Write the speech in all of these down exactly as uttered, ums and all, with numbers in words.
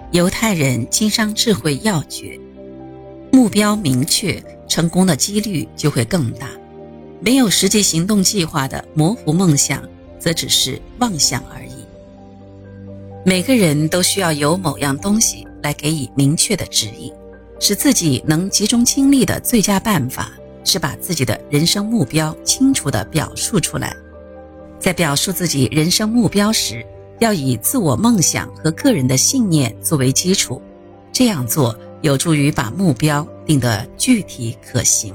犹太人经商智慧要诀：目标明确，成功的几率就会更大。没有实际行动计划的模糊梦想，则只是妄想而已。每个人都需要有某样东西来给予明确的指引，使自己能集中精力的最佳办法是把自己的人生目标清楚地表述出来。在表述自己人生目标时，要以自我梦想和个人的信念作为基础，这样做有助于把目标定得具体可行。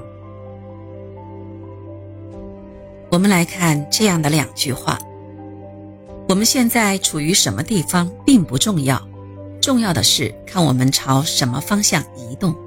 我们来看这样的两句话：我们现在处于什么地方并不重要，重要的是看我们朝什么方向移动。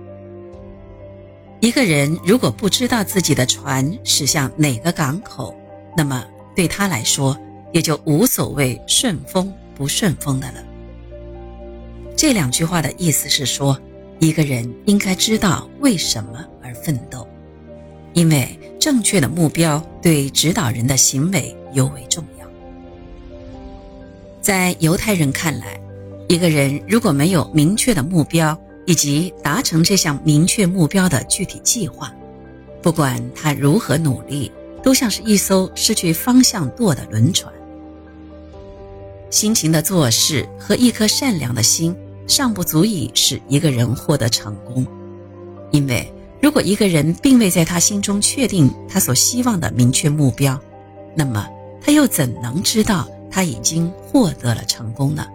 一个人如果不知道自己的船驶向哪个港口，那么对他来说也就无所谓顺风不顺风的了。这两句话的意思是说，一个人应该知道为什么而奋斗，因为正确的目标对指导人的行为尤为重要。在犹太人看来，一个人如果没有明确的目标以及达成这项明确目标的具体计划，不管他如何努力，都像是一艘失去方向舵的轮船。辛勤的做事和一颗善良的心尚不足以使一个人获得成功，因为如果一个人并未在他心中确定他所希望的明确目标，那么他又怎能知道他已经获得了成功呢？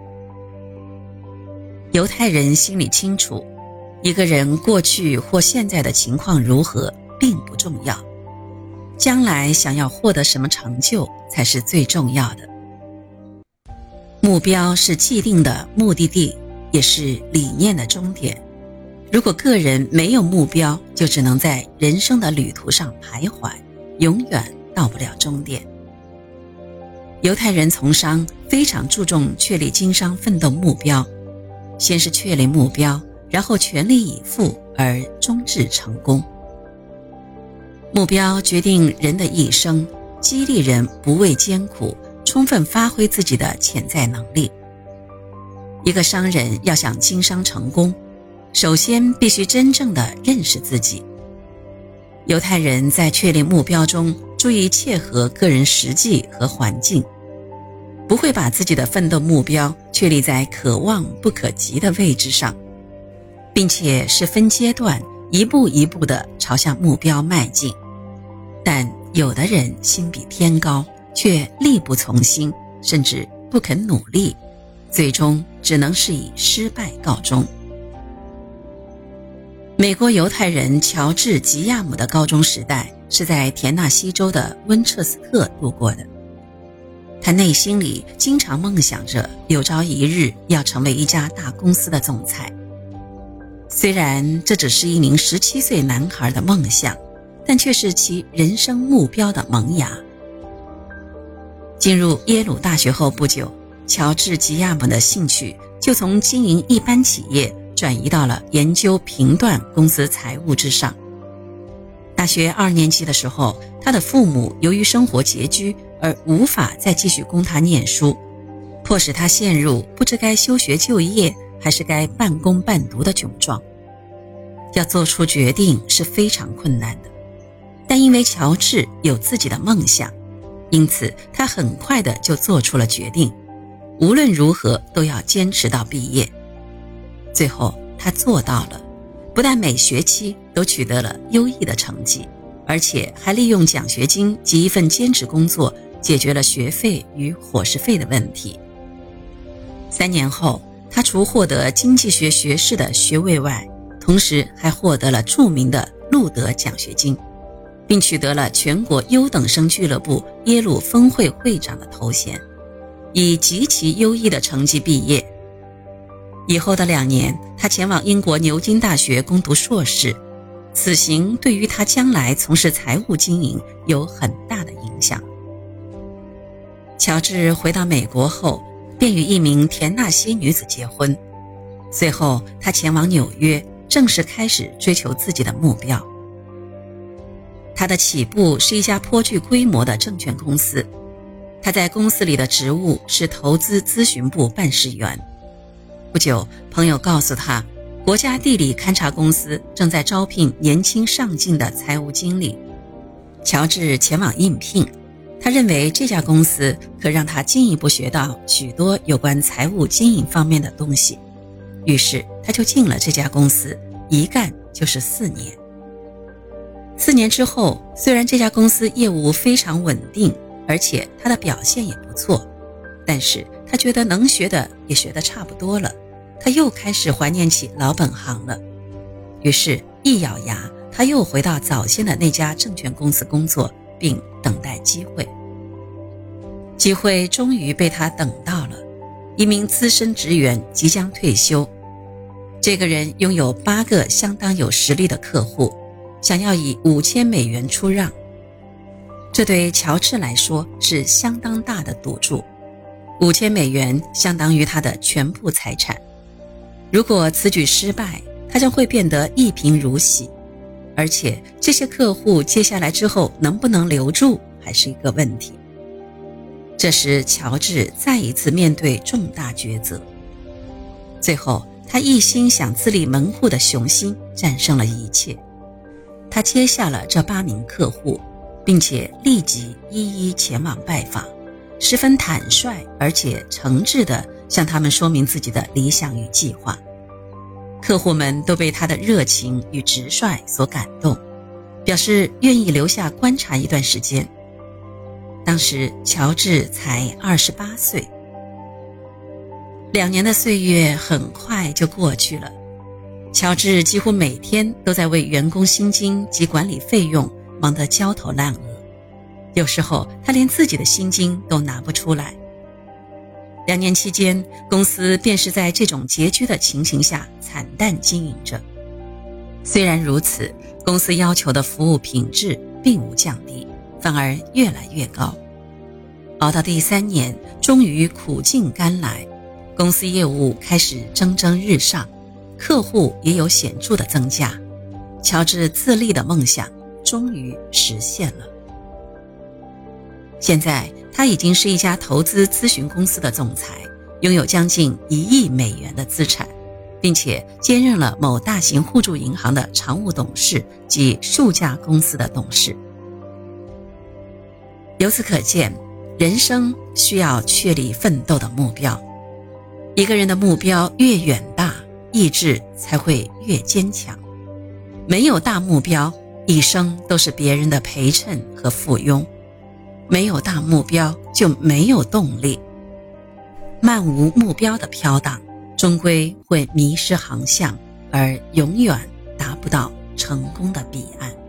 犹太人心里清楚，一个人过去或现在的情况如何并不重要，将来想要获得什么成就才是最重要的。目标是既定的目的地，也是理念的终点。如果个人没有目标，就只能在人生的旅途上徘徊，永远到不了终点。犹太人从商非常注重确立经商奋斗目标，先是确立目标，然后全力以赴而终至成功。目标决定人的一生，激励人不畏艰苦，充分发挥自己的潜在能力。一个商人要想经商成功，首先必须真正地认识自己。犹太人在确立目标中注意切合个人实际和环境，不会把自己的奋斗目标确立在可望不可及的位置上，并且是分阶段一步一步地朝向目标迈进。但有的人心比天高，却力不从心，甚至不肯努力，最终只能是以失败告终。美国犹太人乔治·吉亚姆的高中时代是在田纳西州的温彻斯特度过的。他内心里经常梦想着有朝一日要成为一家大公司的总裁。虽然这只是一名十七岁男孩的梦想，但却是其人生目标的萌芽。进入耶鲁大学后不久，乔治·吉亚姆的兴趣就从经营一般企业转移到了研究评断公司财务之上。大学二年级的时候，他的父母由于生活拮据而无法再继续供他念书，迫使他陷入不知该休学就业还是该半工半读的窘状。要做出决定是非常困难的，但因为乔治有自己的梦想，因此他很快的就做出了决定，无论如何都要坚持到毕业。最后他做到了，不但每学期都取得了优异的成绩，而且还利用奖学金及一份兼职工作解决了学费与伙食费的问题。三年后，他除获得经济学学士的学位外，同时还获得了著名的路德奖学金，并取得了全国优等生俱乐部耶鲁分会会长的头衔，以极其优异的成绩毕业。以后的两年，他前往英国牛津大学攻读硕士，此行对于他将来从事财务经营有很大的影响。乔治回到美国后，便与一名田纳西女子结婚，随后他前往纽约，正式开始追求自己的目标。他的起步是一家颇具规模的证券公司，他在公司里的职务是投资咨询部办事员。 不久，朋友告诉他，国家地理勘察公司正在招聘年轻上进的财务经理。乔治前往应聘，他认为这家公司可让他进一步学到许多有关财务经营方面的东西，于是他就进了这家公司，一干就是四年。四年之后，虽然这家公司业务非常稳定，而且他的表现也不错，但是他觉得能学的也学得差不多了，他又开始怀念起老本行了。于是一咬牙，他又回到早先的那家证券公司工作，并等待机会。机会终于被他等到了，一名资深职员即将退休，这个人拥有八个相当有实力的客户，想要以五千美元出让。这对乔治来说是相当大的赌注，五千美元相当于他的全部财产。如果此举失败，他将会变得一贫如洗，而且这些客户接下来之后能不能留住还是一个问题。这时乔治再一次面对重大抉择，最后他一心想自立门户的雄心战胜了一切。他接下了这八名客户，并且立即一一前往拜访，十分坦率而且诚挚地向他们说明自己的理想与计划。客户们都被他的热情与直率所感动，表示愿意留下观察一段时间。当时乔治才二十八岁。两年的岁月很快就过去了，乔治几乎每天都在为员工薪金及管理费用忙得焦头烂额，有时候他连自己的薪金都拿不出来。两年期间，公司便是在这种拮据的情形下惨淡经营着。虽然如此，公司要求的服务品质并无降低，反而越来越高。熬到第三年，终于苦尽甘来，公司业务开始蒸蒸日上，客户也有显著的增加。乔治自立的梦想终于实现了。现在他已经是一家投资咨询公司的总裁，拥有将近一亿美元的资产，并且兼任了某大型互助银行的常务董事及数家公司的董事。由此可见，人生需要确立奋斗的目标。一个人的目标越远大，意志才会越坚强。没有大目标，一生都是别人的陪衬和附庸。没有大目标，就没有动力。漫无目标的飘荡，终归会迷失航向，而永远达不到成功的彼岸。